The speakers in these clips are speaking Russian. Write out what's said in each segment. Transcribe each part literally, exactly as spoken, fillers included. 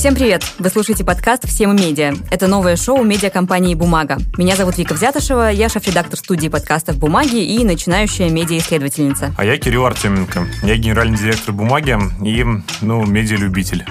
Всем привет! Вы слушаете подкаст «Все мы медиа». Это новое шоу медиакомпании «Бумага». Меня зовут Вика Взятошева, я шеф-редактор студии подкастов «Бумаги» и начинающая медиа-исследовательница. А я Кирилл Артеменко. Я генеральный директор «Бумаги» и, ну, медиалюбитель.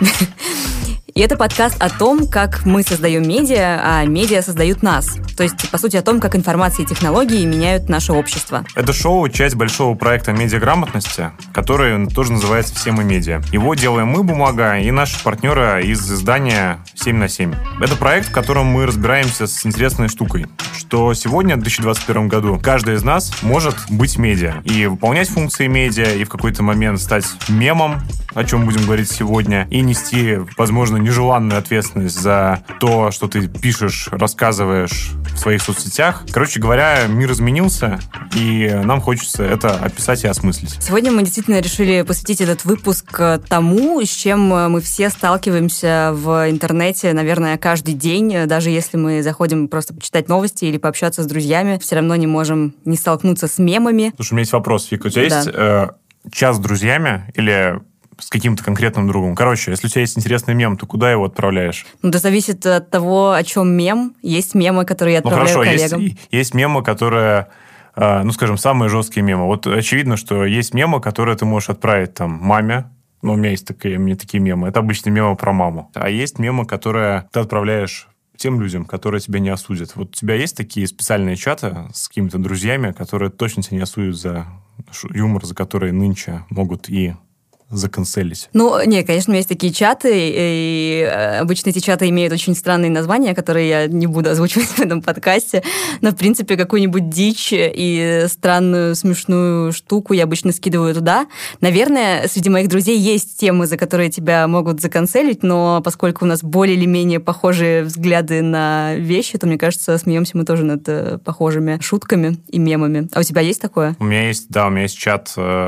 И это подкаст о том, как мы создаем медиа, а медиа создают нас. То есть, по сути, о том, как информация и технологии меняют наше общество. Это шоу — часть большого проекта медиаграмотности, который тоже называется «Все мы медиа». Его делаем мы, «Бумага», и наши партнеры из издания семь на семь. Это проект, в котором мы разбираемся с интересной штукой, что сегодня, в две тысячи двадцать первом году, каждый из нас может быть медиа и выполнять функции медиа, и в какой-то момент стать мемом, о чем будем говорить сегодня, и нести, возможно, нежеланную ответственность за то, что ты пишешь, рассказываешь в своих соцсетях. Короче говоря, мир изменился, и нам хочется это описать и осмыслить. Сегодня мы действительно решили посвятить этот выпуск тому, с чем мы все сталкиваемся в интернете, наверное, каждый день. Даже если мы заходим просто почитать новости или пообщаться с друзьями, все равно не можем не столкнуться с мемами. Слушай, у меня есть вопрос, Вика. У тебя Да. есть э, час с друзьями или с каким-то конкретным другом? Короче, если у тебя есть интересный мем, то куда его отправляешь? Ну, это зависит от того, о чем мем. Есть мемы, которые я Ну отправляю хорошо, коллегам. есть, есть мемы, которые, э, ну, скажем, самые жесткие мемы. Вот очевидно, что есть мемы, которые ты можешь отправить там маме. Ну, у меня есть такие, у меня такие мемы. Это обычно мемы про маму. А есть мемы, которые ты отправляешь тем людям, которые тебя не осудят. Вот у тебя есть такие специальные чаты с какими-то друзьями, которые точно тебя не осудят за юмор, за который нынче могут и заканцелить? Ну, нет, конечно, у меня есть такие чаты, и обычно эти чаты имеют очень странные названия, которые я не буду озвучивать в этом подкасте, но, в принципе, какую-нибудь дичь и странную, смешную штуку я обычно скидываю туда. Наверное, среди моих друзей есть темы, за которые тебя могут заканцелить, но поскольку у нас более или менее похожие взгляды на вещи, то, мне кажется, смеемся мы тоже над похожими шутками и мемами. А у тебя есть такое? У меня есть, да, у меня есть чат,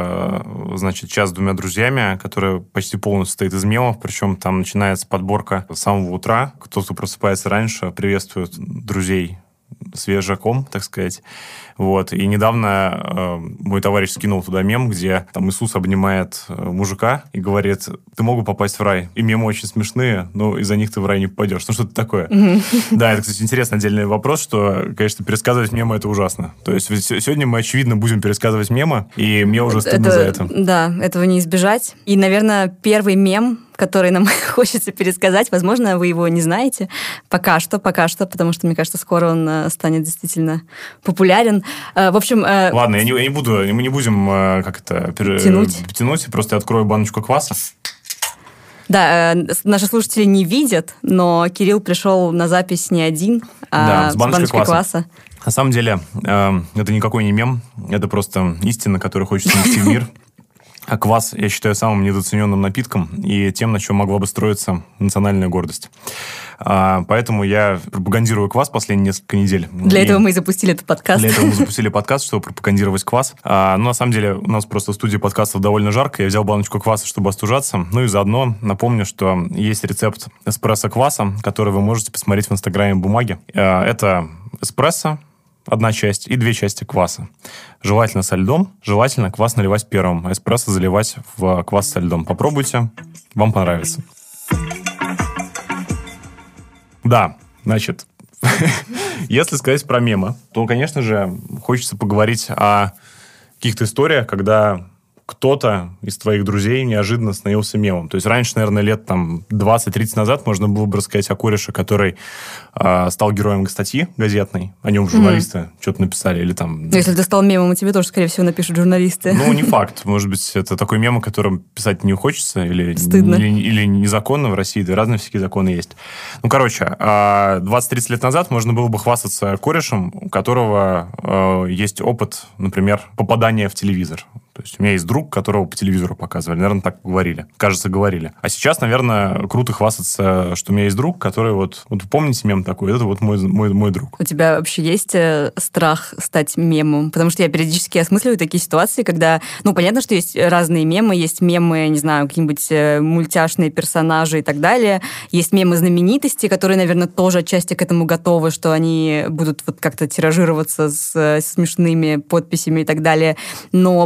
значит, чат с двумя друзьями, которая почти полностью состоит из мемов, причем там начинается подборка с самого утра. Кто-то просыпается раньше, приветствует друзей свежаком, так сказать. Вот. И недавно э, мой товарищ скинул туда мем, где там Иисус обнимает э, мужика и говорит: ты мог бы попасть в рай. И мемы очень смешные, но из-за них ты в рай не попадешь. Ну, что-то такое. Да, это, кстати, интересный отдельный вопрос, что, конечно, пересказывать мемы — это ужасно. То есть сегодня мы, очевидно, будем пересказывать мемы, и мне уже стыдно за это. Да, этого не избежать. И, наверное, первый мем, который нам хочется пересказать, возможно, вы его не знаете. Пока что, пока что, потому что, мне кажется, скоро он станет действительно популярен. В общем... Ладно, я не, я не буду, мы не будем как это... Тянуть. Тянуть, просто открою баночку кваса. Да, наши слушатели не видят, но Кирилл пришел на запись не один, а да, с баночкой, с баночкой кваса. кваса. На самом деле, это никакой не мем, это просто истина, которую хочется нести в мир. А квас я считаю самым недооцененным напитком и тем, на чем могла бы строиться национальная гордость. А, поэтому я пропагандирую квас последние несколько недель. Для и этого мы и запустили этот подкаст. Для этого мы запустили подкаст, чтобы пропагандировать квас. А, ну, на самом деле, у нас просто в студии подкастов довольно жарко. Я взял баночку кваса, чтобы остужаться. Ну и заодно напомню, что есть рецепт эспрессо-кваса, который вы можете посмотреть в инстаграме «Бумаги». А, это эспрессо, одна часть, и две части кваса. Желательно со льдом, желательно квас наливать первым, а эспрессо заливать в квас со льдом. Попробуйте, вам понравится. Да, значит, если сказать про мемы, то, конечно же, хочется поговорить о каких-то историях, когда кто-то из твоих друзей неожиданно становился мемом. То есть раньше, наверное, лет там двадцать-тридцать назад можно было бы рассказать о кореше, который э, стал героем статьи газетной. О нем журналисты mm-hmm. что-то написали. Или там... Но если ты стал мемом, тебе тоже, скорее всего, напишут журналисты. Ну, не факт. Может быть, это такой мем, о котором писать не хочется. Или, Стыдно. Или, или незаконно в России. Да, разные всякие законы есть. Ну, короче, двадцать-тридцать лет назад можно было бы хвастаться корешем, у которого э, есть опыт, например, попадания в телевизор. То есть у меня есть друг, которого по телевизору показывали. Наверное, так говорили. Кажется, говорили. А сейчас, наверное, круто хвастаться, что у меня есть друг, который вот... Вот помните мем такой? Это вот мой, мой, мой друг. У тебя вообще есть э, страх стать мемом? Потому что я периодически осмысливаю такие ситуации, когда... Ну, понятно, что есть разные мемы. Есть мемы, не знаю, какие-нибудь э, мультяшные персонажи и так далее. Есть мемы знаменитости, которые, наверное, тоже отчасти к этому готовы, что они будут вот как-то тиражироваться с, с смешными подписями и так далее. Но бывают обычные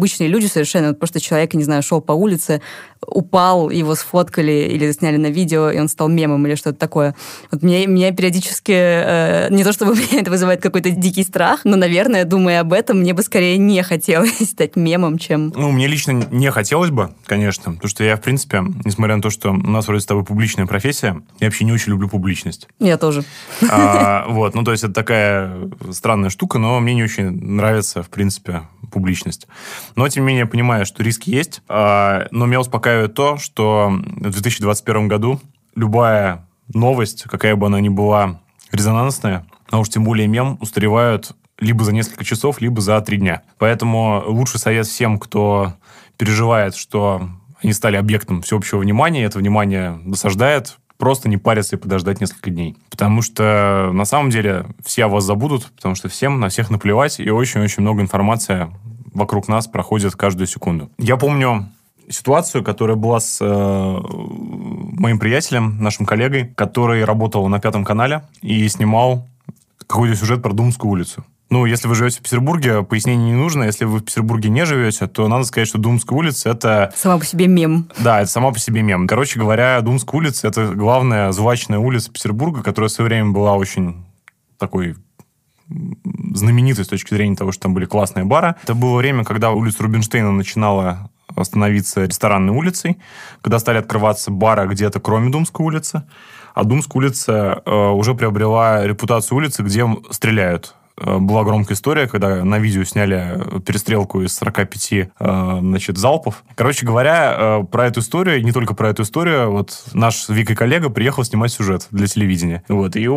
обычные люди совершенно. Вот просто человек, не знаю, шел по улице, упал, его сфоткали или сняли на видео, и он стал мемом или что-то такое. Вот меня, меня периодически... Э, не то чтобы меня это вызывает какой-то дикий страх, но, наверное, думая об этом, мне бы скорее не хотелось стать мемом, чем... Ну, мне лично не хотелось бы, конечно, потому что я, в принципе, несмотря на то, что у нас вроде с тобой публичная профессия, я вообще не очень люблю публичность. Я тоже. А, вот, ну, то есть это такая странная штука, но мне не очень нравится, в принципе, публичность. Но, тем не менее, я понимаю, что риски есть, а, но меня успокаивает то, что в две тысячи двадцать первом году любая новость, какая бы она ни была резонансная, а уж тем более мем, устаревают либо за несколько часов, либо за три дня. Поэтому лучший совет всем, кто переживает, что они стали объектом всеобщего внимания, и это внимание досаждает, просто не париться и подождать несколько дней. Потому что на самом деле все о вас забудут, потому что всем на всех наплевать, и очень-очень много информации вокруг нас проходит каждую секунду. Я помню ситуацию, которая была с э, моим приятелем, нашим коллегой, который работал на Пятом канале и снимал какой-то сюжет про Думскую улицу. Ну, если вы живете в Петербурге, пояснений не нужно. Если вы в Петербурге не живете, то надо сказать, что Думская улица – это... Сама по себе мем. Да, это сама по себе мем. Короче говоря, Думская улица – это главная злачная улица Петербурга, которая в свое время была очень такой знаменитой с точки зрения того, что там были классные бары. Это было время, когда улица Рубинштейна начинала становиться ресторанной улицей, когда стали открываться бары где-то кроме Думской улицы, а Думская улица э, уже приобрела репутацию улицы, где стреляют. Была громкая история, когда на видео сняли перестрелку из сорока пяти значит, залпов. Короче говоря, про эту историю, не только про эту историю, вот наш с Викой коллега приехал снимать сюжет для телевидения. Вот, и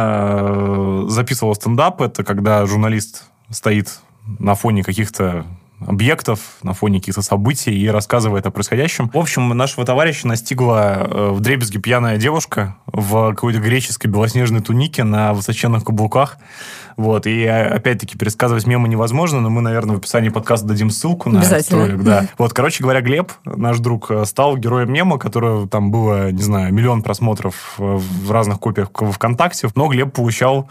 он записывал стендап. Это когда журналист стоит на фоне каких-то объектов, на фоне каких-то событий и рассказывает о происходящем. В общем, нашего товарища настигла вдребезги пьяная девушка в какой-то греческой белоснежной тунике на высоченных каблуках. Вот. И опять-таки пересказывать мемы невозможно, но мы, наверное, в описании подкаста дадим ссылку на этот ролик. Да. Вот, короче говоря, Глеб, наш друг, стал героем мема, которого там было, не знаю, миллион просмотров в разных копиях в ВКонтакте. Но Глеб получал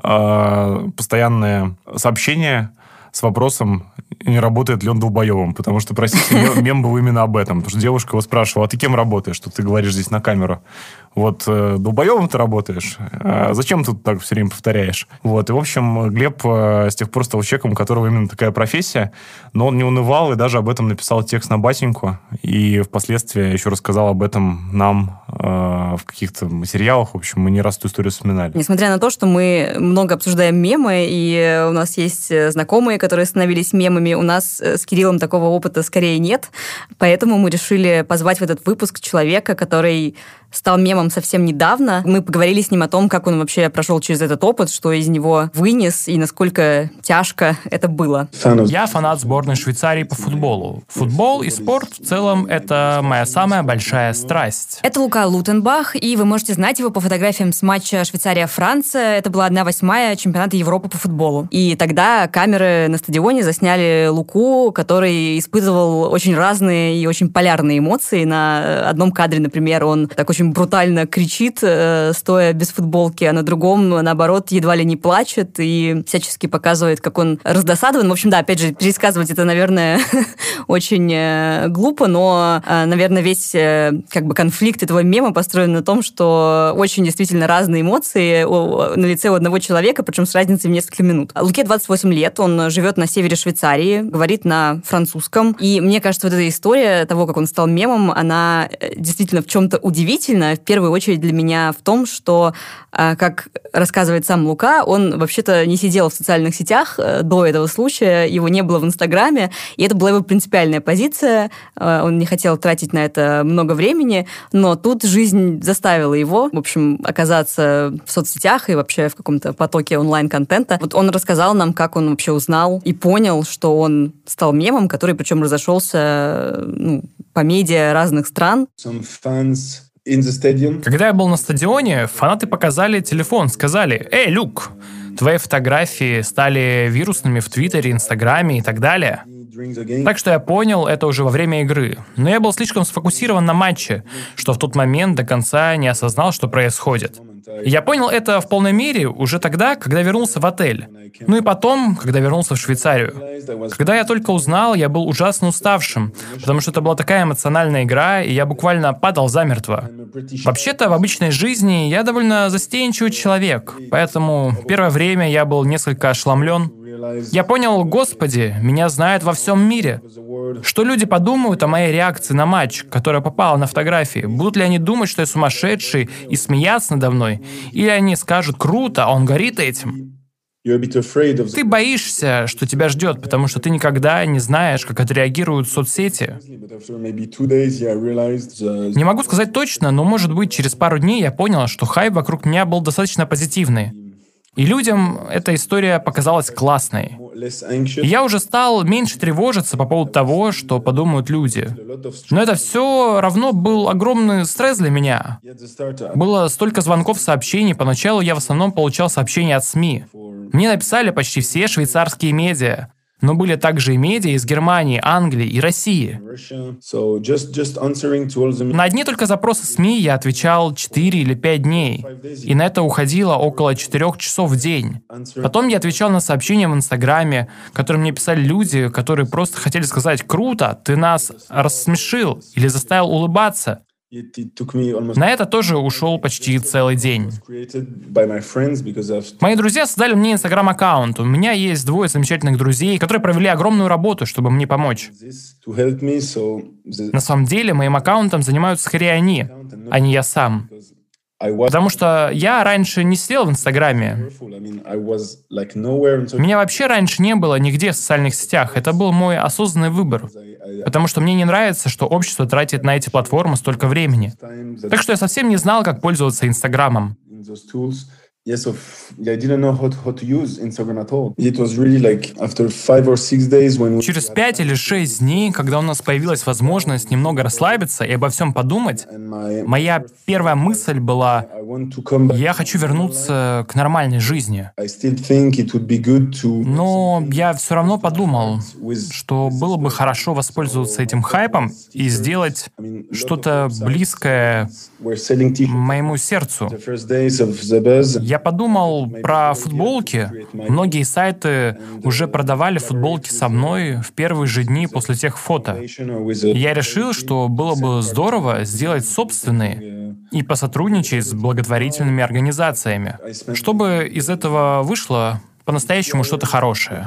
э, постоянные сообщения с вопросом, не работает ли он долбоебом. Потому что, простите, мем, мем был именно об этом. Потому что девушка его спрашивала, а ты кем работаешь, что ты говоришь здесь на камеру? Вот э, долбоебом ты работаешь? А зачем ты так все время повторяешь? Вот. И, в общем, Глеб э, с тех пор стал человеком, у которого именно такая профессия. Но он не унывал и даже об этом написал текст на батеньку. И впоследствии еще рассказал об этом нам э, в каких-то материалах. В общем, мы не раз эту историю вспоминали. Несмотря на то, что мы много обсуждаем мемы, и у нас есть знакомые, которые становились мемами, у нас с Кириллом такого опыта скорее нет. Поэтому мы решили позвать в этот выпуск человека, который стал мемом совсем недавно. Мы поговорили с ним о том, как он вообще прошел через этот опыт, что из него вынес и насколько тяжко это было. Я фанат сборной Швейцарии по футболу. Футбол и спорт в целом – это моя самая большая страсть. Это Лука Лутенбах, и вы можете знать его по фотографиям с матча Швейцария-Франция. Это была одна восьмая чемпионата Европы по футболу. И тогда камеры на стадионе засняли Луку, который испытывал очень разные и очень полярные эмоции. На одном кадре, например, он так очень брутально кричит, э, стоя без футболки, а на другом, наоборот, едва ли не плачет и всячески показывает, как он раздосадован. В общем, да, опять же, пересказывать это, наверное, очень э, глупо, но, э, наверное, весь э, как бы конфликт этого мема построен на том, что очень действительно разные эмоции у, на лице у одного человека, причем с разницей в несколько минут. Луке двадцать восемь лет, он живет на севере Швейцарии, говорит на французском, и мне кажется, вот эта история того, как он стал мемом, она действительно в чем-то удивительна. В первую очередь для меня в том, что, как рассказывает сам Лука, он вообще-то не сидел в социальных сетях до этого случая, его не было в Инстаграме, и это была его принципиальная позиция. Он не хотел тратить на это много времени, но тут жизнь заставила его, в общем, оказаться в соцсетях и вообще в каком-то потоке онлайн-контента. Вот он рассказал нам, как он вообще узнал и понял, что он стал мемом, который причем разошелся ну, по медиа разных стран. Когда я был на стадионе, фанаты показали телефон, сказали: «Эй, Люк, твои фотографии стали вирусными в Твиттере, Инстаграме и так далее». Так что я понял это уже во время игры. Но я был слишком сфокусирован на матче, что в тот момент до конца не осознал, что происходит. И я понял это в полной мере уже тогда, когда вернулся в отель. Ну и потом, когда вернулся в Швейцарию. Когда я только узнал, я был ужасно уставшим, потому что это была такая эмоциональная игра, и я буквально падал замертво. Вообще-то, в обычной жизни я довольно застенчивый человек, поэтому первое время я был несколько ошеломлен. Я понял, господи, меня знают во всем мире. Что люди подумают о моей реакции на матч, которая попала на фотографии? Будут ли они думать, что я сумасшедший и смеяться надо мной? Или они скажут, круто, он горит этим? Ты боишься, что тебя ждет, потому что ты никогда не знаешь, как отреагируют соцсети. Не могу сказать точно, но, может быть, через пару дней я понял, что хайп вокруг меня был достаточно позитивный. И людям эта история показалась классной. И я уже стал меньше тревожиться по поводу того, что подумают люди. Но это все равно был огромный стресс для меня. Было столько звонков, сообщений. Поначалу я в основном получал сообщения от СМИ. Мне написали почти все швейцарские медиа. Но были также и медиа из Германии, Англии и России. На одни только запросы СМИ я отвечал четыре или пять дней, и на это уходило около четырех часов в день. Потом я отвечал на сообщения в Инстаграме, которые мне писали люди, которые просто хотели сказать «Круто, ты нас рассмешил» или заставил улыбаться. На это тоже ушел почти целый день. Мои друзья создали мне инстаграм-аккаунт. У меня есть двое замечательных друзей, которые провели огромную работу, чтобы мне помочь. На самом деле, моим аккаунтом занимаются скорее они, а не я сам. Потому что я раньше не сидел в Инстаграме. Меня вообще раньше не было нигде в социальных сетях. Это был мой осознанный выбор. Потому что мне не нравится, что общество тратит на эти платформы столько времени. Так что я совсем не знал, как пользоваться Инстаграмом. Через пять или шесть дней, когда у нас появилась возможность немного расслабиться и обо всем подумать, моя первая мысль была: я хочу вернуться к нормальной жизни. Но я все равно подумал, что было бы хорошо воспользоваться этим хайпом и сделать что-то близкое моему сердцу. Я подумал про футболки. Многие сайты уже продавали футболки со мной в первые же дни после тех фото. Я решил, что было бы здорово сделать собственные и посотрудничать с благотворительными организациями, чтобы из этого вышло по-настоящему что-то хорошее.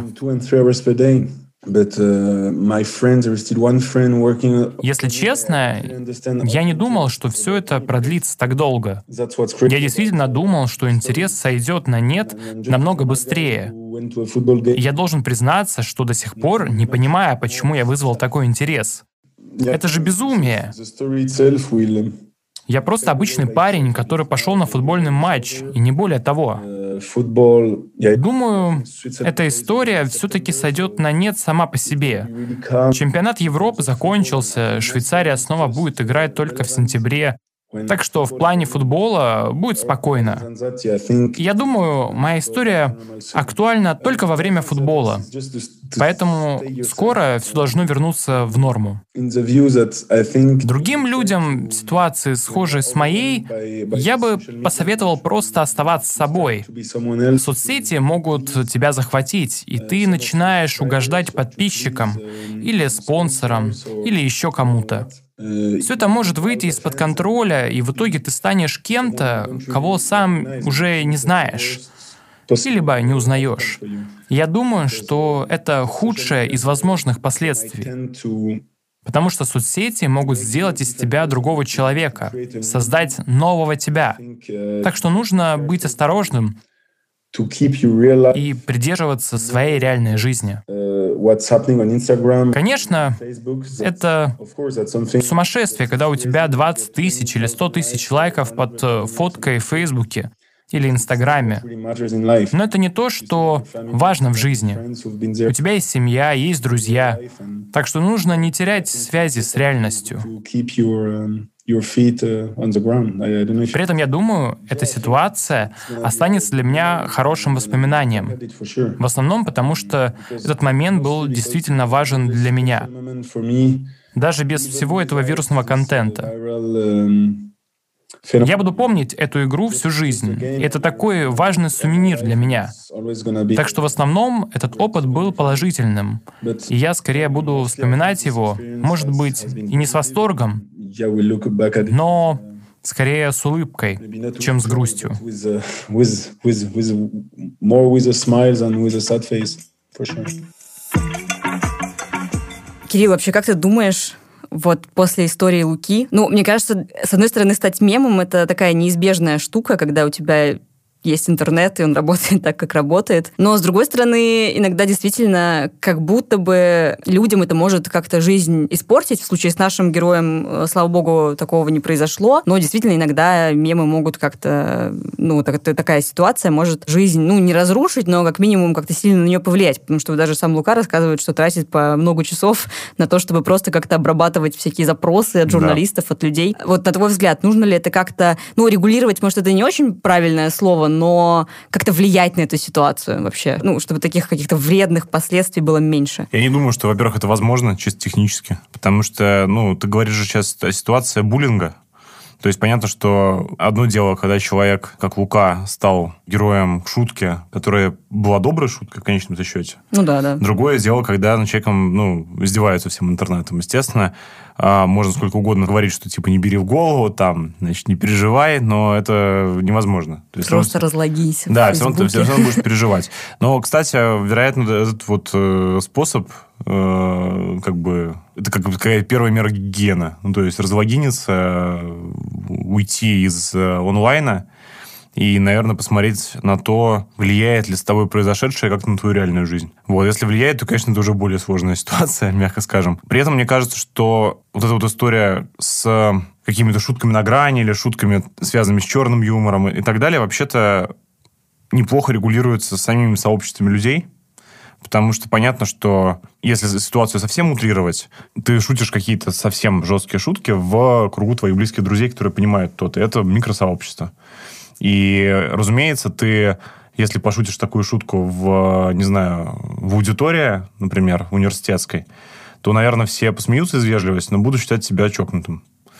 Если честно, я не думал, что все это продлится так долго. Я действительно думал, что интерес сойдет на нет намного быстрее. И я должен признаться, что до сих пор не понимаю, почему я вызвал такой интерес. Это же безумие. Я просто обычный парень, который пошел на футбольный матч, и не более того. Думаю, эта история все-таки сойдет на нет сама по себе. Чемпионат Европы закончился, Швейцария снова будет играть только в сентябре. Так что в плане футбола будет спокойно. Я думаю, моя история актуальна только во время футбола. Поэтому скоро все должно вернуться в норму. Другим людям в ситуации, схожей с моей, я бы посоветовал просто оставаться собой. Соцсети могут тебя захватить, и ты начинаешь угождать подписчикам или спонсорам, или еще кому-то. Все это может выйти из-под контроля, и в итоге ты станешь кем-то, кого сам уже не знаешь, либо не узнаешь. Я думаю, что это худшее из возможных последствий. Потому что соцсети могут сделать из тебя другого человека, создать нового тебя. Так что нужно быть осторожным и придерживаться своей реальной жизни. Конечно, это сумасшествие, когда у тебя двадцать тысяч или сто тысяч лайков под фоткой в Фейсбуке или Инстаграме. Но это не то, что важно в жизни. У тебя есть семья, есть друзья. Так что нужно не терять связи с реальностью. При этом, я думаю, эта ситуация останется для меня хорошим воспоминанием. В основном потому, что этот момент был действительно важен для меня. Даже без всего этого вирусного контента. Я буду помнить эту игру всю жизнь. И это такой важный сувенир для меня. Так что в основном этот опыт был положительным. И я скорее буду вспоминать его, может быть, и не с восторгом, но скорее с улыбкой, чем с грустью. Кирилл, вообще, как ты думаешь, вот после истории Луки, ну, мне кажется, с одной стороны, стать мемом — это такая неизбежная штука, когда у тебя есть интернет, и он работает так, как работает. Но, с другой стороны, иногда действительно как будто бы людям это может как-то жизнь испортить. В случае с нашим героем, слава богу, такого не произошло. Но действительно иногда мемы могут как-то... Ну, так, такая ситуация может жизнь, ну, не разрушить, но как минимум как-то сильно на нее повлиять. Потому что даже сам Лука рассказывает, что тратит по много часов на то, чтобы просто как-то обрабатывать всякие запросы от журналистов, да. от людей. Вот на твой взгляд, нужно ли это как-то... Ну, регулировать, может, это не очень правильное слово, но как-то влиять на эту ситуацию вообще, ну, чтобы таких каких-то вредных последствий было меньше? Я не думаю, что, во-первых, это возможно чисто технически, потому что, ну, ты говоришь же сейчас ситуация буллинга. То есть понятно, что одно дело, когда человек, как Лука, стал героем шутки, которая была доброй шуткой в конечном счете. Ну да, да. Другое дело, когда над человеком, ну, издеваются всем интернетом. Естественно, можно сколько угодно говорить, что типа не бери в голову, там, значит, не переживай, но это невозможно. То есть, Просто он... разлогись. Да, все равно, все равно будешь переживать. Но, кстати, вероятно, этот вот э, способ э, как бы... Это как какая-то первая мера гигиены. Ну, то есть разлогиниться, уйти из э, онлайна и, наверное, посмотреть на то, влияет ли с тобой произошедшее как-то на твою реальную жизнь. Вот, если влияет, то, конечно, это уже более сложная ситуация, мягко скажем. При этом мне кажется, что вот эта вот история с какими-то шутками на грани или шутками, связанными с черным юмором и так далее, вообще-то неплохо регулируется самими сообществами людей. Потому что понятно, что если ситуацию совсем утрировать, ты шутишь какие-то совсем жесткие шутки в кругу твоих близких друзей, которые понимают то-то. Это микросообщество. И, разумеется, ты, если пошутишь такую шутку в, не знаю, в аудитории, например, университетской, то, наверное, все посмеются из вежливости, но будут считать тебя чокнутым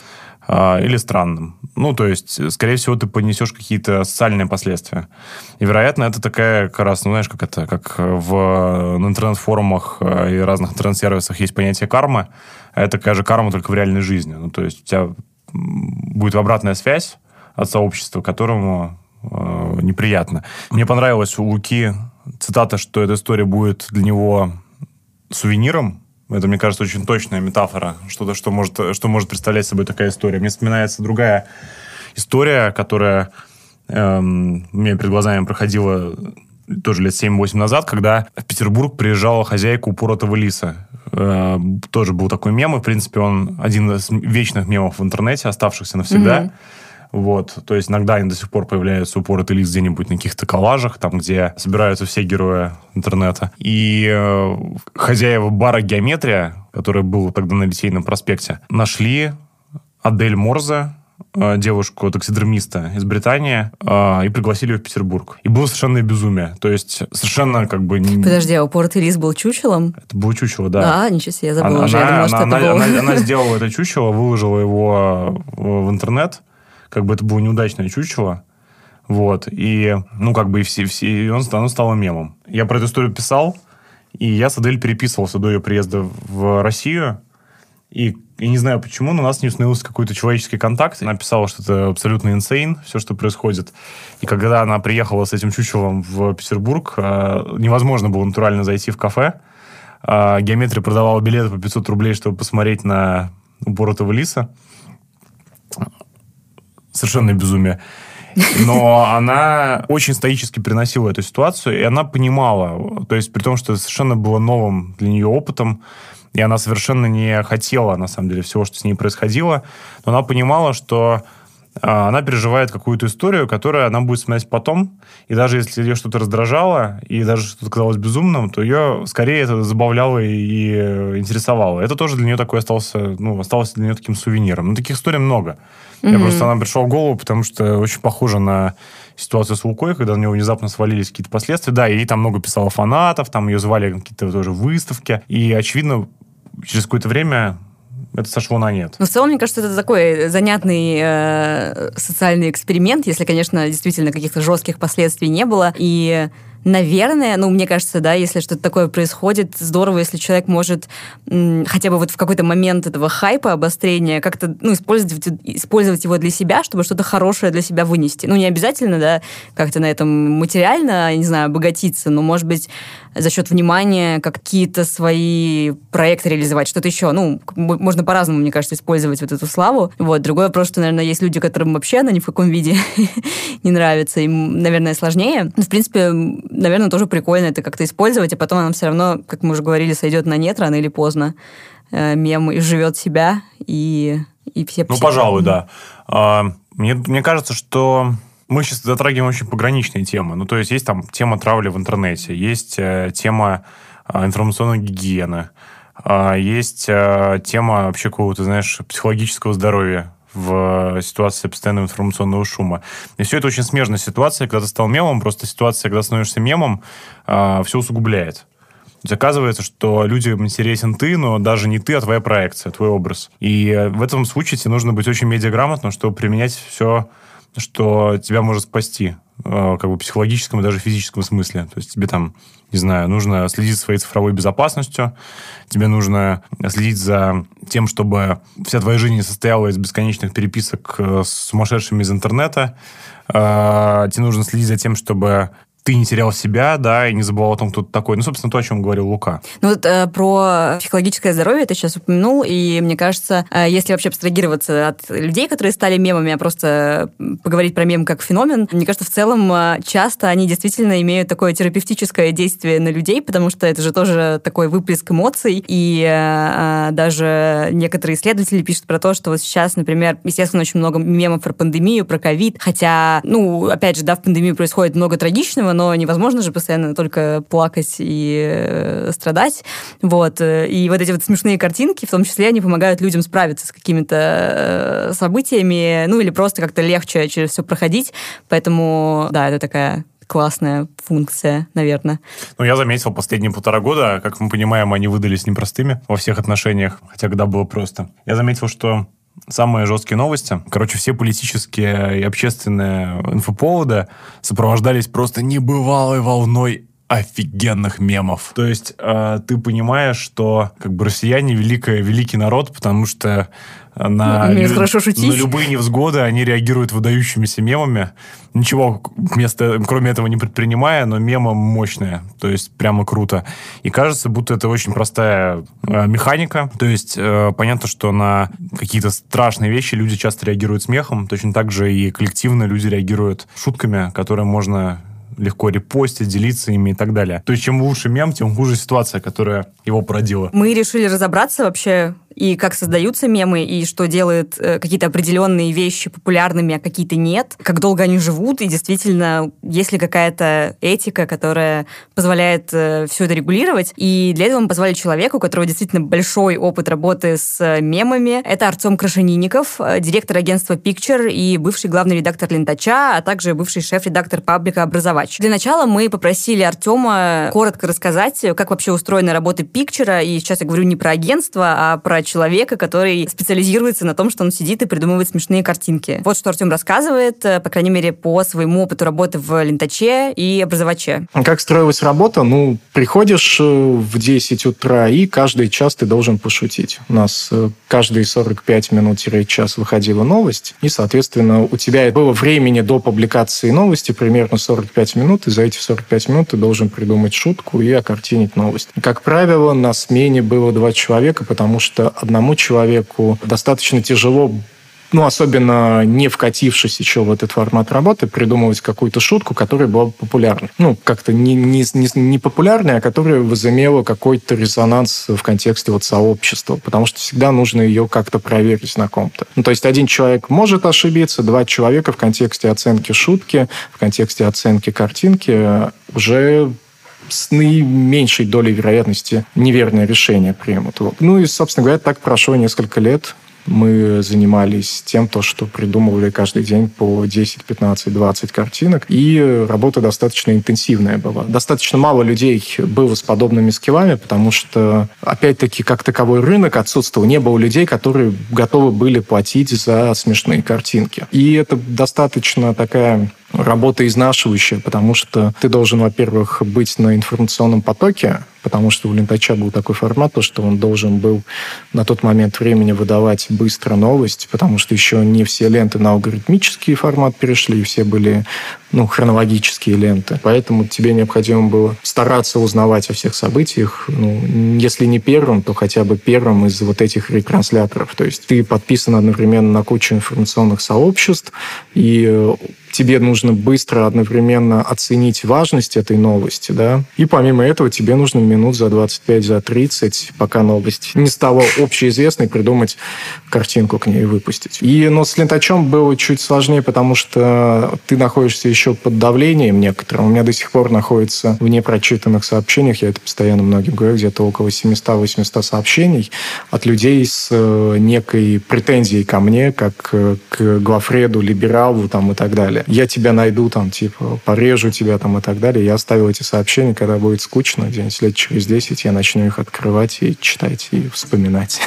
а, или странным. Ну, то есть, скорее всего, ты понесешь какие-то социальные последствия. И, вероятно, это такая, как раз, ну, знаешь, как это, как в, на интернет-форумах и разных интернет-сервисах есть понятие кармы, а это такая же карма, только в реальной жизни. Ну, то есть, у тебя будет обратная связь от сообщества, которому э, неприятно. Мне понравилась у Луки цитата, что эта история будет для него сувениром. Это, мне кажется, очень точная метафора, что-то, что может, что может представлять собой такая история. Мне вспоминается другая история, которая э, у меня перед глазами проходила тоже лет семь-восемь назад, когда в Петербург приезжала хозяйка упоротого лиса. Э, тоже был такой мем, и, в принципе, он один из вечных мемов в интернете, оставшихся навсегда. Mm-hmm. Вот, то есть иногда они до сих пор появляются упоротый лист где-нибудь на каких-то коллажах, там, где собираются все герои интернета. И э, хозяева бара «Геометрия», который был тогда на Литейном проспекте, нашли Адель Морзе, э, девушку таксидермиста из Британии, э, и пригласили ее в Петербург. И было совершенное безумие. То есть совершенно как бы... Подожди, а упоротый лист был чучелом? Это было чучело, да. А, ничего себе, я забыла она, уже. Я думала, что она, это она, было... она, она сделала это чучело, выложила его в интернет. Как бы это было неудачное чучело. Вот. И, ну, как бы и все, все, и он, оно стало мемом. Я про эту историю писал, и я с Адель переписывался до ее приезда в Россию. И я не знаю почему, но у нас не установился какой-то человеческий контакт. Она писала, что это абсолютно инсейн, все, что происходит. И когда она приехала с этим чучелом в Петербург, невозможно было натурально зайти в кафе. Геометрия продавала билеты по пятьсот рублей, чтобы посмотреть на упоротого лиса. Совершенное безумие. Но она очень стоически переносила эту ситуацию, и она понимала, то есть при том, что это совершенно было новым для нее опытом, и она совершенно не хотела, на самом деле, всего, что с ней происходило, но она понимала, что она переживает какую-то историю, которую она будет вспоминать потом, и даже если ее что-то раздражало, и даже что-то казалось безумным, то ее скорее это забавляло и интересовало. Это тоже для нее такой остался, ну, осталось для нее таким сувениром. Ну, таких историй много. Mm-hmm. Я просто она пришла в голову, потому что очень похоже на ситуацию с Лукой, когда у него внезапно свалились какие-то последствия. Да, ей там много писало фанатов, там ее звали на какие-то тоже выставки, и, очевидно, через какое-то время это сошло на нет. Ну, в целом, мне кажется, это такой занятный э, социальный эксперимент, если, конечно, действительно каких-то жестких последствий не было. И, наверное, ну, мне кажется, да, если что-то такое происходит, здорово, если человек может м, хотя бы вот в какой-то момент этого хайпа, обострения, как-то, ну, использовать, использовать его для себя, чтобы что-то хорошее для себя вынести. Ну, не обязательно, да, как-то на этом материально, не знаю, обогатиться, но, может быть, за счет внимания какие-то свои проекты реализовать, что-то еще. Ну, можно по-разному, мне кажется, использовать вот эту славу. Вот. Другой вопрос, что, наверное, есть люди, которым вообще она ни в каком виде не нравится, им, наверное, сложнее. Но, в принципе, наверное, тоже прикольно это как-то использовать, а потом она все равно, как мы уже говорили, сойдет на нет рано или поздно. Мем и живет себя, и, и все... Ну, пожалуй, да. Мне, мне кажется, что... Мы сейчас затрагиваем очень пограничные темы. Ну, то есть, есть там тема травли в интернете, есть э, тема э, информационной гигиены, э, есть э, тема вообще какого-то, знаешь, психологического здоровья в ситуации постоянного информационного шума. И все это очень смежная ситуация. Когда ты стал мемом, просто ситуация, когда становишься мемом, э, все усугубляет. То есть оказывается, что людям интересен ты, но даже не ты, а твоя проекция, твой образ. И в этом случае тебе нужно быть очень медиаграмотным, чтобы применять все, что тебя может спасти, как бы в психологическом и даже физическом смысле. То есть тебе там, не знаю, нужно следить за своей цифровой безопасностью, тебе нужно следить за тем, чтобы вся твоя жизнь не состояла из бесконечных переписок с сумасшедшими из интернета. Тебе нужно следить за тем, чтобы ты не терял себя, да, и не забывал о том, кто ты такой. Ну, собственно, то, о чем говорил Лука. Ну, вот э, про психологическое здоровье ты сейчас упомянул, и мне кажется, э, если вообще абстрагироваться от людей, которые стали мемами, а просто поговорить про мем как феномен, мне кажется, в целом э, часто они действительно имеют такое терапевтическое действие на людей, потому что это же тоже такой выплеск эмоций, и э, даже некоторые исследователи пишут про то, что вот сейчас, например, естественно, очень много мемов про пандемию, про ковид, хотя, ну, опять же, да, в пандемию происходит много трагичного, но невозможно же постоянно только плакать и э, страдать. Вот. И вот эти вот смешные картинки, в том числе, они помогают людям справиться с какими-то э, событиями, ну или просто как-то легче через все проходить. Поэтому, да, это такая классная функция, наверное. Ну, я заметил последние полтора года, как мы понимаем, они выдались непростыми во всех отношениях, хотя когда было просто. Я заметил, что самые жесткие новости, короче, все политические и общественные инфоповоды сопровождались просто небывалой волной офигенных мемов. То есть э, ты понимаешь, что как бы россияне великая, великий народ, потому что на, лю- хорошо шутить. на любые невзгоды они реагируют выдающимися мемами. Ничего вместо, кроме этого не предпринимая, но мемы мощные. То есть прямо круто. И кажется, будто это очень простая э, механика. То есть э, понятно, что на какие-то страшные вещи люди часто реагируют смехом. Точно так же и коллективно люди реагируют шутками, которые можно легко репостить, делиться ими и так далее. То есть чем лучше мем, тем хуже ситуация, которая его породила. Мы решили разобраться вообще, и как создаются мемы, и что делает э, какие-то определенные вещи популярными, а какие-то нет, как долго они живут, и действительно, есть ли какая-то этика, которая позволяет э, все это регулировать. И для этого мы позвали человека, у которого действительно большой опыт работы с мемами. Это Артем Крашенинников, директор агентства Picture и бывший главный редактор Лентача, а также бывший шеф-редактор паблика Образовач. Для начала мы попросили Артема коротко рассказать, как вообще устроена работа Picture, и сейчас я говорю не про агентство, а про человека, который специализируется на том, что он сидит и придумывает смешные картинки. Вот что Артем рассказывает, по крайней мере, по своему опыту работы в Лентаче и Образоваче. Как строилась работа? Ну, приходишь в десять утра, и каждый час ты должен пошутить. У нас каждые сорок пять минут-час выходила новость, и, соответственно, у тебя было времени до публикации новости примерно сорок пять минут, и за эти сорок пять минут ты должен придумать шутку и окартинить новость. Как правило, на смене было два человека, потому что одному человеку достаточно тяжело ну, особенно не вкатившись еще в этот формат работы, придумывать какую-то шутку, которая была популярной. Ну, как-то не, не, не, не популярная, а которая возымела какой-то резонанс в контексте вот сообщества, потому что всегда нужно ее как-то проверить на ком-то. Ну, то есть один человек может ошибиться, два человека в контексте оценки шутки, в контексте оценки картинки уже с наименьшей долей вероятности неверное решение примут. Ну и, собственно говоря, так прошло несколько лет. Мы занимались тем, то, что придумывали каждый день по десять, пятнадцать, двадцать картинок, и работа достаточно интенсивная была. Достаточно мало людей было с подобными скиллами, потому что, опять-таки, как таковой рынок отсутствовал. Не было людей, которые готовы были платить за смешные картинки. И это достаточно такая работа изнашивающая, потому что ты должен, во-первых, быть на информационном потоке, потому что у Лентача был такой формат, то, что он должен был на тот момент времени выдавать быстро новость, потому что еще не все ленты на алгоритмический формат перешли, все были ну, хронологические ленты. Поэтому тебе необходимо было стараться узнавать о всех событиях, ну, если не первым, то хотя бы первым из вот этих ретрансляторов. То есть ты подписан одновременно на кучу информационных сообществ, и тебе нужно быстро одновременно оценить важность этой новости, да, и помимо этого тебе нужно минут за двадцать пять, за тридцать, пока новость не стала общеизвестной, придумать картинку к ней и выпустить. И, но с Лентачом было чуть сложнее, потому что ты находишься еще под давлением некоторым. У меня до сих пор находится в непрочитанных сообщениях, я это постоянно многим говорю, где-то около семьсот-восемьсот сообщений от людей с некой претензией ко мне, как к главреду, либералу там, и так далее. Я тебя найду, там, типа, порежу тебя там, и так далее. Я оставил эти сообщения, когда будет скучно, где-нибудь лет через десять я начну их открывать и читать, и вспоминать.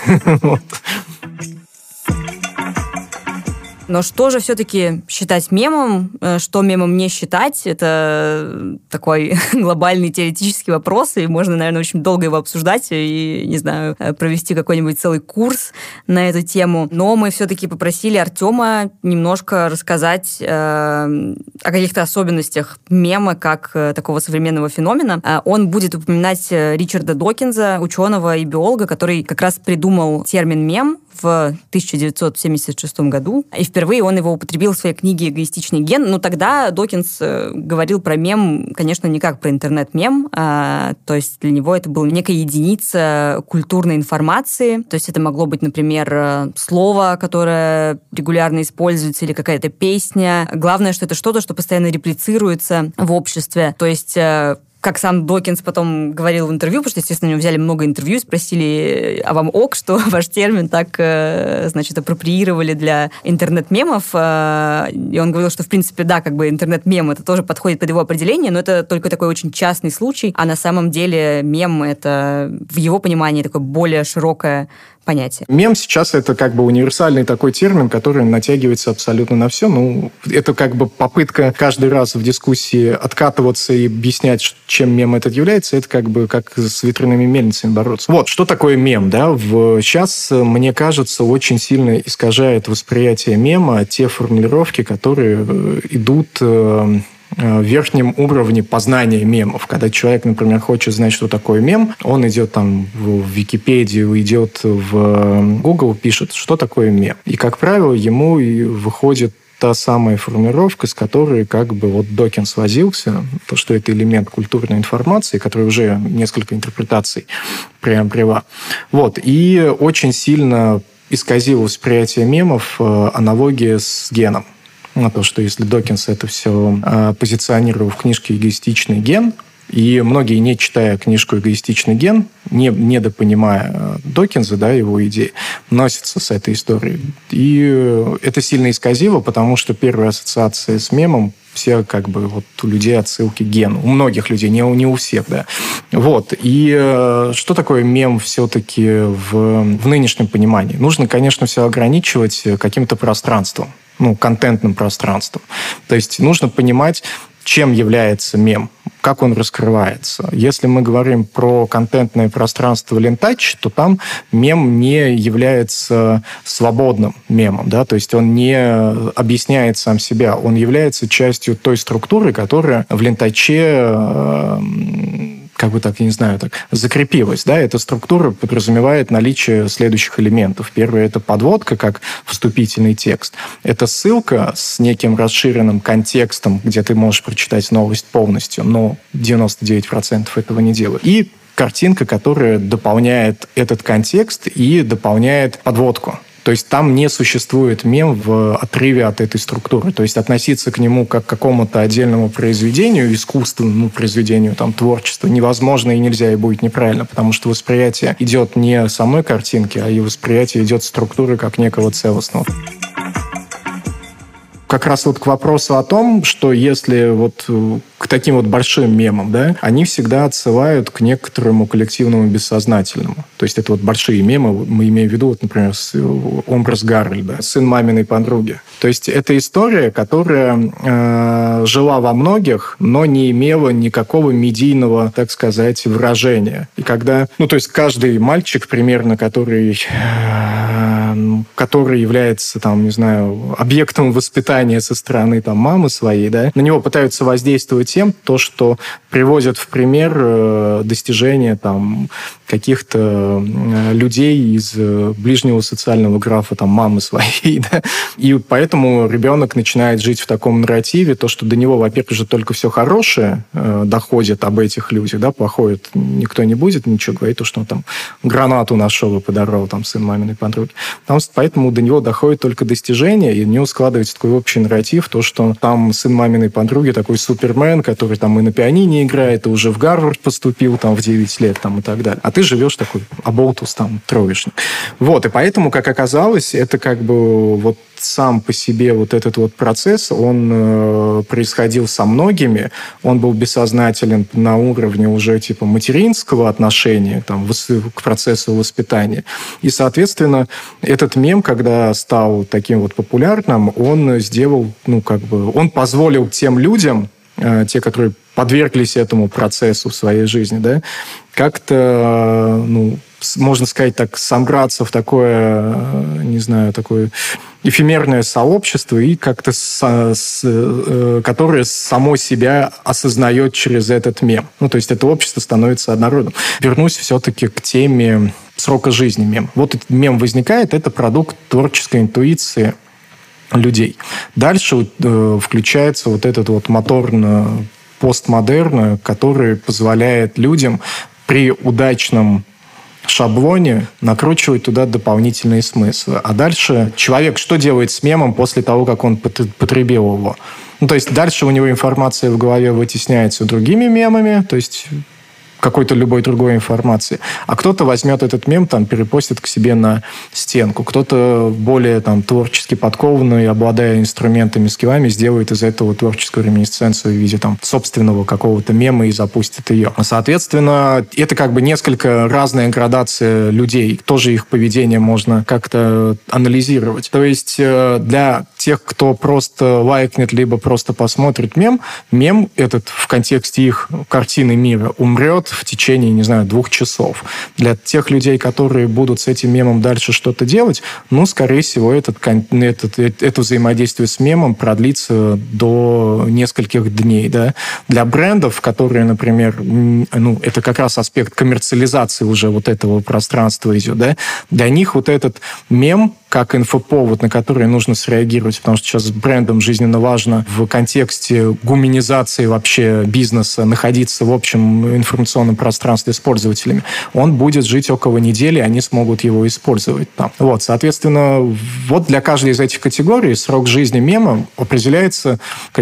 Но что же все-таки считать мемом, что мемом не считать, это такой глобальный теоретический вопрос, и можно, наверное, очень долго его обсуждать и, не знаю, провести какой-нибудь целый курс на эту тему. Но мы все-таки попросили Артема немножко рассказать э, о каких-то особенностях мема как э, такого современного феномена. Он будет упоминать Ричарда Докинза, ученого и биолога, который как раз придумал термин «мем» в тысяча девятьсот семьдесят шестом году, и впервые он его употребил в своей книге «Эгоистичный ген». Но тогда Докинз говорил про мем, конечно, не как про интернет-мем, а, то есть для него это была некая единица культурной информации, то есть это могло быть, например, слово, которое регулярно используется, или какая-то песня. Главное, что это что-то, что постоянно реплицируется в обществе, то есть как сам Докинз потом говорил в интервью, потому что, естественно, у него взяли много интервью, спросили, а вам ок, что ваш термин так, значит, апроприировали для интернет-мемов? И он говорил, что, в принципе, да, как бы интернет-мем, это тоже подходит под его определение, но это только такой очень частный случай, а на самом деле мем — это, в его понимании, такое более широкое понятие. Мем сейчас это как бы универсальный такой термин, который натягивается абсолютно на все. Ну, это как бы попытка каждый раз в дискуссии откатываться и объяснять, чем мем этот является. Это как бы как с ветряными мельницами бороться. Вот, что такое мем, да? В... Сейчас, мне кажется, очень сильно искажает восприятие мема те формулировки, которые идут в верхнем уровне познания мемов. Когда человек, например, хочет знать, что такое мем, он идет там в Википедию, идет в Google, пишет, что такое мем. И, как правило, ему и выходит та самая формулировка, с которой как бы вот Докинз возился, то, что это элемент культурной информации, который уже несколько интерпретаций приобрела. Вот. И очень сильно исказило восприятие мемов аналогия с геном. На то, что если Докинз это все э, позиционировал в книжке «Эгоистичный ген», и многие, не читая книжку «Эгоистичный ген», не, недопонимая Докинза, да, его идеи, носятся с этой историей. И это сильно исказило, потому что первая ассоциация с мемом все как бы вот у людей отсылки к гену. У многих людей, не у, не у всех, да. Вот. И э, что такое мем все-таки в, в нынешнем понимании? Нужно, конечно, все ограничивать каким-то пространством, ну, контентным пространством. То есть нужно понимать, чем является мем, как он раскрывается. Если мы говорим про контентное пространство Лентач, то там мем не является свободным мемом, да, то есть он не объясняет сам себя, он является частью той структуры, которая в Лентаче как бы так, я не знаю, так закрепилась. Да? Эта структура подразумевает наличие следующих элементов. Первое – это подводка, как вступительный текст. Это ссылка с неким расширенным контекстом, где ты можешь прочитать новость полностью, но девяносто девять процентов этого не делают. И картинка, которая дополняет этот контекст и дополняет подводку. То есть там не существует мем в отрыве от этой структуры. То есть относиться к нему как к какому-то отдельному произведению, искусственному произведению, там, творчеству невозможно и нельзя, и будет неправильно, потому что восприятие идет не самой картинки, а и восприятие идет структуры как некого целостного. Как раз вот к вопросу о том, что если вот к таким вот большим мемам, да, они всегда отсылают к некоторому коллективному бессознательному. То есть это вот большие мемы, мы имеем в виду, вот, например, образ Гарольда, сын маминой подруги. То есть это история, которая э, жила во многих, но не имела никакого медийного, так сказать, выражения. И когда, ну, то есть каждый мальчик примерно, который, э, который является, там, не знаю, объектом воспитания со стороны там, мамы своей, да, на него пытаются воздействовать тем, то, что приводят в пример э, достижения там, каких-то э, людей из э, ближнего социального графа там, мамы своей. Да? И поэтому ребенок начинает жить в таком нарративе, то, что до него, во-первых, же только все хорошее э, доходит об этих людях, да, плохое никто не будет ничего говорить, то, что он там гранату нашел и подорвал там, сын маминой подруги. Там, поэтому до него доходит только достижения, и у него складывается такой общий нарратив, то, что там сын маминой подруги такой супермен, который там и на пианине играет, и уже в Гарвард поступил там в девять лет там, и так далее. А ты живешь такой оболтус там, троечник. Вот, и поэтому, как оказалось, это как бы вот сам по себе вот этот вот процесс, он э, происходил со многими, он был бессознателен на уровне уже типа материнского отношения там, к процессу воспитания. И, соответственно, этот мем, когда стал таким вот популярным, он сделал, ну, как бы, он позволил тем людям, э, те, которые подверглись этому процессу в своей жизни, да, как-то, ну, можно сказать так, собраться в такое, не знаю, такое эфемерное сообщество, и как-то с, с, которое само себя осознает через этот мем. Ну, то есть это общество становится однородным. Вернусь все-таки к теме срока жизни мем. Вот этот мем возникает, это продукт творческой интуиции людей. Дальше э, включается вот этот вот мотор постмодерна, который позволяет людям при удачном шаблоне накручивать туда дополнительные смыслы. А дальше человек что делает с мемом после того, как он потребил его? Ну, то есть дальше у него информация в голове вытесняется другими мемами, то есть какой-то любой другой информации. А кто-то возьмет этот мем, там, перепостит к себе на стенку. Кто-то более там, творчески подкованный, обладая инструментами, скиллами, сделает из этого творческую реминисценцию в виде там, собственного какого-то мема и запустит ее. Соответственно, это как бы несколько разная градация людей. Тоже их поведение можно как-то анализировать. То есть для тех, кто просто лайкнет, либо просто посмотрит мем, мем этот в контексте их картины мира умрет в течение, не знаю, двух часов. Для тех людей, которые будут с этим мемом дальше что-то делать, ну, скорее всего, этот, этот, это взаимодействие с мемом продлится до нескольких дней. Да? Для брендов, которые, например, ну, это как раз аспект коммерциализации уже вот этого пространства идет, да? Для них вот этот мем как инфоповод, на который нужно среагировать, потому что сейчас брендам жизненно важно в контексте гуманизации вообще бизнеса находиться в общем информационном пространстве с пользователями. Он будет жить около недели, они смогут его использовать там. Вот, соответственно, вот для каждой из этих категорий срок жизни мема определяется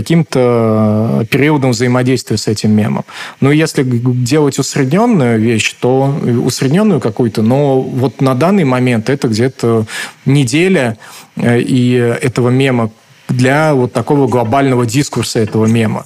каким-то периодом взаимодействия с этим мемом. Но если делать усредненную вещь, то усредненную какую-то, но вот на данный момент это где-то неделя и этого мема для вот такого глобального дискурса этого мема.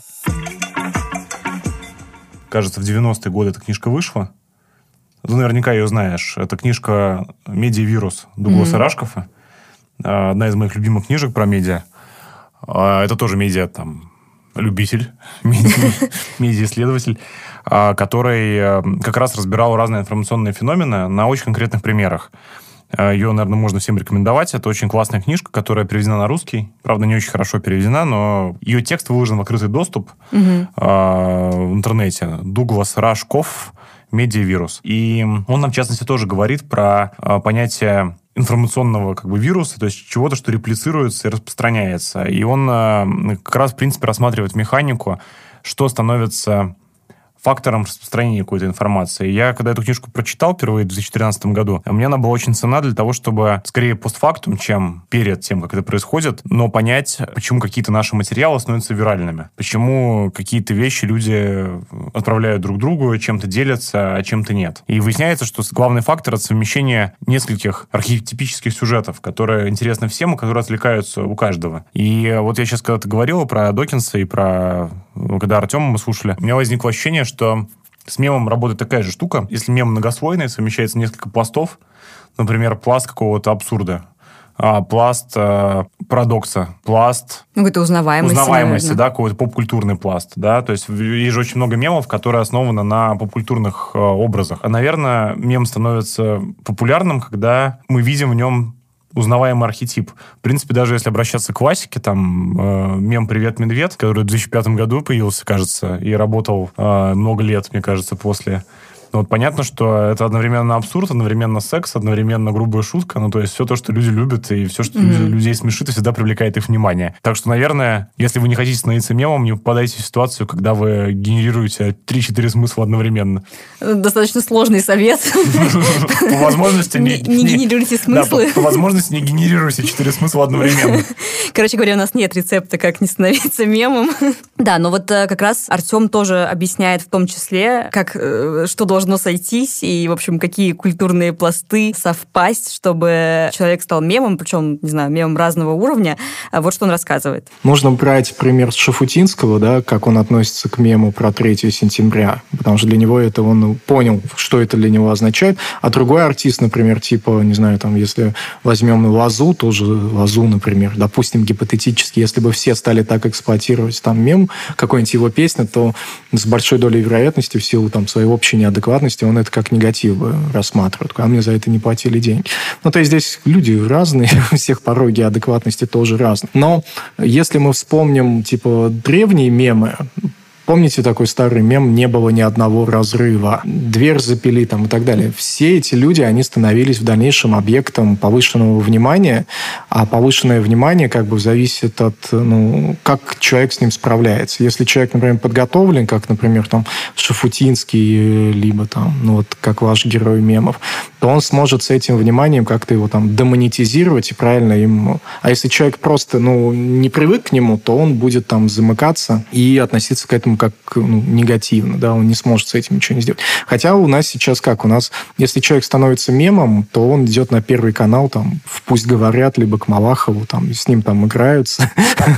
Кажется, в девяностые годы эта книжка вышла. Ты наверняка ее знаешь. Это книжка «Медиавирус» Дугласа mm-hmm. Рашкофа. Одна из моих любимых книжек про медиа. Это тоже медиа, там, любитель, медиа-исследователь, который как раз разбирал разные информационные феномены на очень конкретных примерах. Ее, наверное, можно всем рекомендовать. Это очень классная книжка, которая переведена на русский. Правда, не очень хорошо переведена, но ее текст выложен в открытый доступ угу. э, в интернете. Дуглас Рашков «Медиавирус». И он нам, в частности, тоже говорит про э, понятие информационного как бы вируса, то есть чего-то, что реплицируется и распространяется. И он э, как раз, в принципе, рассматривает механику, что становится фактором распространения какой-то информации. Я, когда эту книжку прочитал впервые в две тысячи тринадцатом году, мне она была очень ценна для того, чтобы, скорее постфактум, чем перед тем, как это происходит, но понять, почему какие-то наши материалы становятся виральными, почему какие-то вещи люди отправляют друг другу, чем-то делятся, а чем-то нет. И выясняется, что главный фактор — это совмещение нескольких архетипических сюжетов, которые интересны всем и которые отвлекаются у каждого. И вот я сейчас когда-то говорил про Докинса и про... Когда Артема мы слушали, у меня возникло ощущение, что с мемом работает такая же штука. Если мем многослойный, совмещается несколько пластов, например, пласт какого-то абсурда, а, пласт а, парадокса, пласт... Ну, какой-то узнаваемости, Узнаваемости, наверное. да, какой-то поп-культурный пласт, да, то есть есть же очень много мемов, которые основаны на поп-культурных а, образах. А, наверное, мем становится популярным, когда мы видим в нем узнаваемый архетип. В принципе, даже если обращаться к классике, там, э, мем «Привет, медведь», который в две тысячи пятом году появился, кажется, и работал э, много лет, мне кажется, после. Но вот понятно, что это одновременно абсурд, одновременно секс, одновременно грубая шутка, ну, то есть все то, что люди любят, и все, что mm-hmm. людей смешит, и всегда привлекает их внимание. Так что, наверное, если вы не хотите становиться мемом, не попадайте в ситуацию, когда вы генерируете три-четыре смысла одновременно. Достаточно сложный совет. По возможности не генерируйте смыслы. По возможности не генерируйте четыре смысла одновременно. Короче говоря, у нас нет рецепта, как не становиться мемом. Да, но вот как раз Артем тоже объясняет в том числе, как, что должно сойтись, и, в общем, какие культурные пласты совпасть, чтобы человек стал мемом, причем, не знаю, мемом разного уровня. Вот что он рассказывает. Можно брать пример Шафутинского, да, как он относится к мему про третьего сентября, потому что для него это он понял, что это для него означает. А другой артист, например, типа, не знаю, там, если возьмем Лазу, тоже Лазу, например, допустим, гипотетически, если бы все стали так эксплуатировать там мем, какой-нибудь его песня, то с большой долей вероятности в силу там своей общей неадекватности он это как негатив бы рассматривает. А мне за это не платили деньги. Ну, то есть здесь люди разные, у всех пороги адекватности тоже разные. Но если мы вспомним, типа, древние мемы, помните такой старый мем «Не было ни одного разрыва», «Дверь запили» там, и так далее. Все эти люди, они становились в дальнейшем объектом повышенного внимания, а повышенное внимание как бы зависит от, ну, как человек с ним справляется. Если человек, например, подготовлен, как, например, там, Шафутинский, либо там, ну, вот, как ваш герой мемов, то он сможет с этим вниманием как-то его там демонетизировать и правильно им... А если человек просто, ну, не привык к нему, то он будет там замыкаться и относиться к этому как, ну, негативно, да, он не сможет с этим ничего не сделать. Хотя у нас сейчас как? У нас, если человек становится мемом, то он идет на Первый канал, там, в «Пусть говорят», либо к Малахову, там, с ним там играются,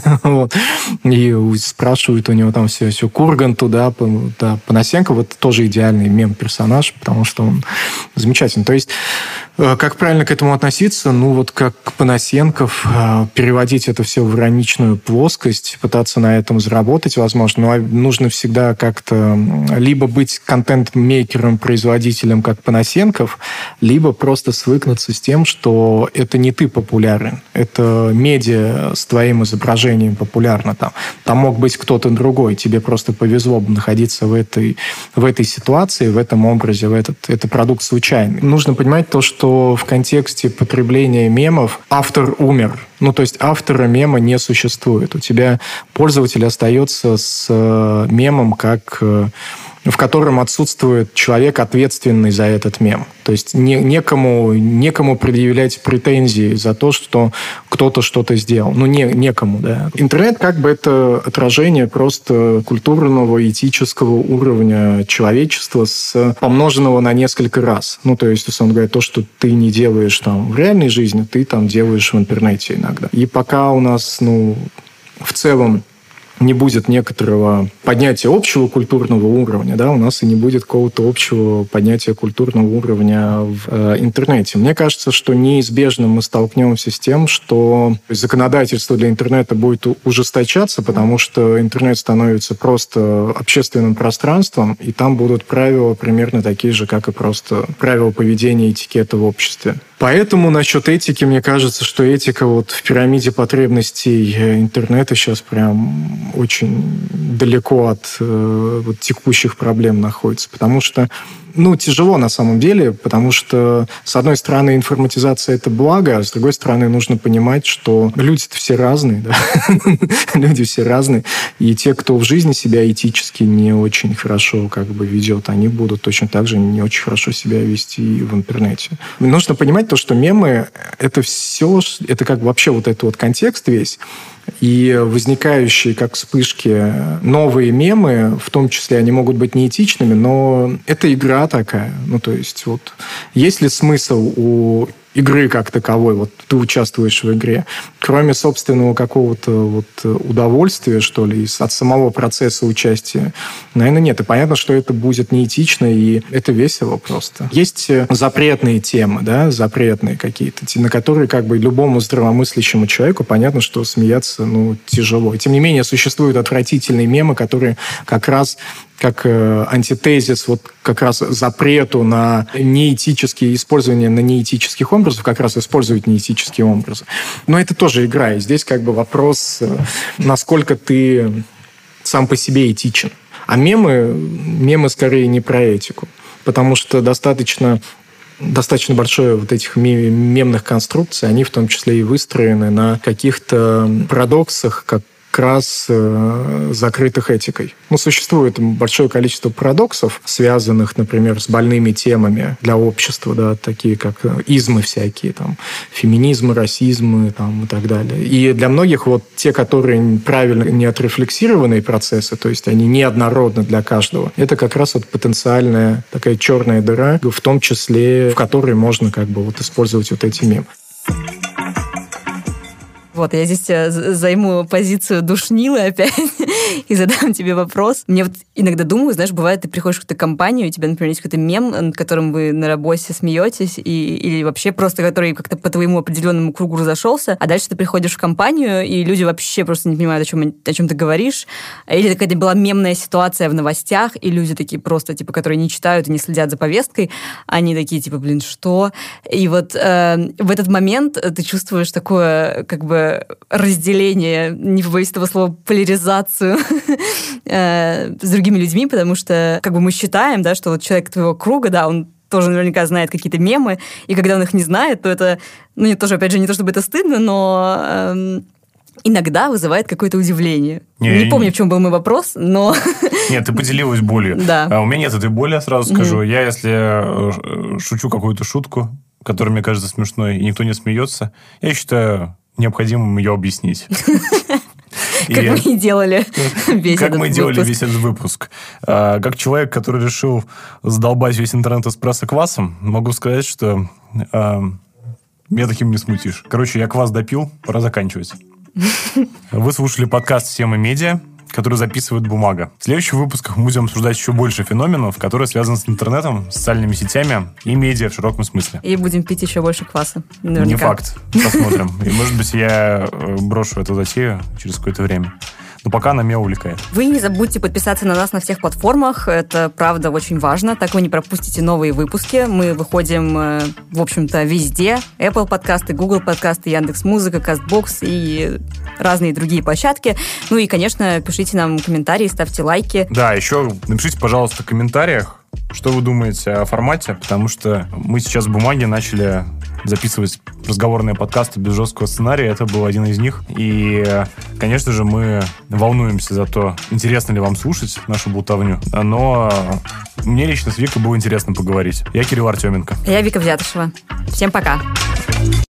и спрашивают у него там все, все, Курганту, да, Панасенко, вот тоже идеальный мем-персонаж, потому что он замечательный. То есть, как правильно к этому относиться? Ну, вот как Панасенков, переводить это все в ироничную плоскость, пытаться на этом заработать, возможно, но нужно всегда как-то либо быть контент-мейкером, производителем, как Панасенков, либо просто свыкнуться с тем, что это не ты популярен, это медиа с твоим изображением популярно там. Там мог быть кто-то другой, тебе просто повезло бы находиться в этой, в этой ситуации, в этом образе, в этот, это продукт случайный. Нужно понимать то, что в контексте потребления мемов автор умер. Ну, то есть автора мема не существует. У тебя пользователь остается с мемом, как, в котором отсутствует человек, ответственный за этот мем. То есть не, некому, некому предъявлять претензии за то, что кто-то что-то сделал. Ну, не, некому, да. Интернет как бы это отражение просто культурного, этического уровня человечества, с, помноженного на несколько раз. Ну, то есть, условно говоря, то, что ты не делаешь там в реальной жизни, ты там делаешь в интернете иногда. И пока у нас, ну, в целом не будет некоторого поднятия общего культурного уровня, да, у нас и не будет какого-то общего поднятия культурного уровня в э, интернете. Мне кажется, что неизбежно мы столкнемся с тем, что законодательство для интернета будет ужесточаться, потому что интернет становится просто общественным пространством, и там будут правила примерно такие же, как и просто правила поведения и этикета в обществе. Поэтому насчет этики, мне кажется, что этика вот в пирамиде потребностей интернета сейчас прям очень далеко от э, вот, текущих проблем находится. Потому что, ну, тяжело на самом деле, потому что, с одной стороны, информатизация – это благо, а с другой стороны, нужно понимать, что люди-то все разные, да? Люди все разные. И те, кто в жизни себя этически не очень хорошо как бы ведет, они будут точно так же не очень хорошо себя вести и в интернете. Нужно понимать то, что мемы – это все, это как вообще вот этот вот контекст весь, и возникающие, как вспышки, новые мемы, в том числе они могут быть неэтичными, но это игра такая. Ну, то есть, вот, есть ли смысл у игры как таковой, вот ты участвуешь в игре, кроме собственного какого-то вот удовольствия, что ли, от самого процесса участия, наверное, нет. И понятно, что это будет неэтично, и это весело просто. Есть запретные темы, да, запретные какие-то, на которые как бы любому здравомыслящему человеку понятно, что смеяться, ну, тяжело. И тем не менее, существуют отвратительные мемы, которые как раз как э, антитезис вот как раз запрету на неэтические использования на неэтических образов, как раз использовать неэтические образы. Но это тоже игра, и здесь как бы вопрос, э, насколько ты сам по себе этичен. А мемы, мемы скорее не про этику, потому что достаточно достаточно большое вот этих мемных конструкций, они в том числе и выстроены на каких-то парадоксах, как как раз э, закрытых этикой. Ну, существует большое количество парадоксов, связанных, например, с больными темами для общества, да, такие как измы всякие, там, феминизмы, расизмы там, и так далее. И для многих вот те, которые правильно не отрефлексированные процессы, то есть они неоднородны для каждого, это как раз вот потенциальная такая черная дыра, в том числе, в которой можно как бы вот использовать вот эти мемы. Вот, я здесь займу позицию душнилы опять и задам тебе вопрос. Мне вот иногда думаю, знаешь, бывает, ты приходишь в какую-то компанию, у тебя, например, есть какой-то мем, над которым вы на работе смеетесь, и, или вообще просто который как-то по твоему определенному кругу разошелся, а дальше ты приходишь в компанию, и люди вообще просто не понимают, о чем, о чем ты говоришь. Или какая-то была мемная ситуация в новостях, и люди такие просто, типа, которые не читают и не следят за повесткой, они такие, типа, блин, что? И вот э, в этот момент ты чувствуешь такое, как бы, разделение, не побоюсь этого слова, поляризацию э, с другими людьми, потому что как бы мы считаем, да, что вот человек твоего круга, да, он тоже наверняка знает какие-то мемы, и когда он их не знает, то это, ну, не тоже, опять же, не то чтобы это стыдно, но э, иногда вызывает какое-то удивление. Не, не помню, в чем был мой вопрос, но... Нет, ты поделилась болью. Да. А у меня нет этой боли, я сразу скажу. Mm-hmm. Я, если шучу какую-то шутку, которая мне кажется смешной, и никто не смеется, я считаю необходимым ее объяснить. Как мы и делали весь Как мы делали весь этот выпуск. Как человек, который решил задолбать весь интернет эспрессо квасом, могу сказать, что меня таким не смутишь. Короче, я квас допил, пора заканчивать. Вы слушали подкаст «Всем и медиа», который записывает бумага. В следующих выпусках мы будем обсуждать еще больше феноменов, которые связаны с интернетом, социальными сетями и медиа в широком смысле. И будем пить еще больше кваса. Наверняка. Не факт. Посмотрим. И, может быть, я брошу эту затею через какое-то время. Но пока она меня увлекает. Вы не забудьте подписаться на нас на всех платформах. Это, правда, очень важно. Так вы не пропустите новые выпуски. Мы выходим, в общем-то, везде. Apple подкасты, Google подкасты, Яндекс.Музыка, Castbox и разные другие площадки. Ну и, конечно, пишите нам комментарии, ставьте лайки. Да, еще напишите, пожалуйста, в комментариях, что вы думаете о формате, потому что мы сейчас в бумаге начали записывать разговорные подкасты без жесткого сценария. Это был один из них. И, конечно же, мы волнуемся за то, интересно ли вам слушать нашу болтовню. Но мне лично с Викой было интересно поговорить. Я Кирилл Артеменко. Я Вика Взятышева. Всем пока.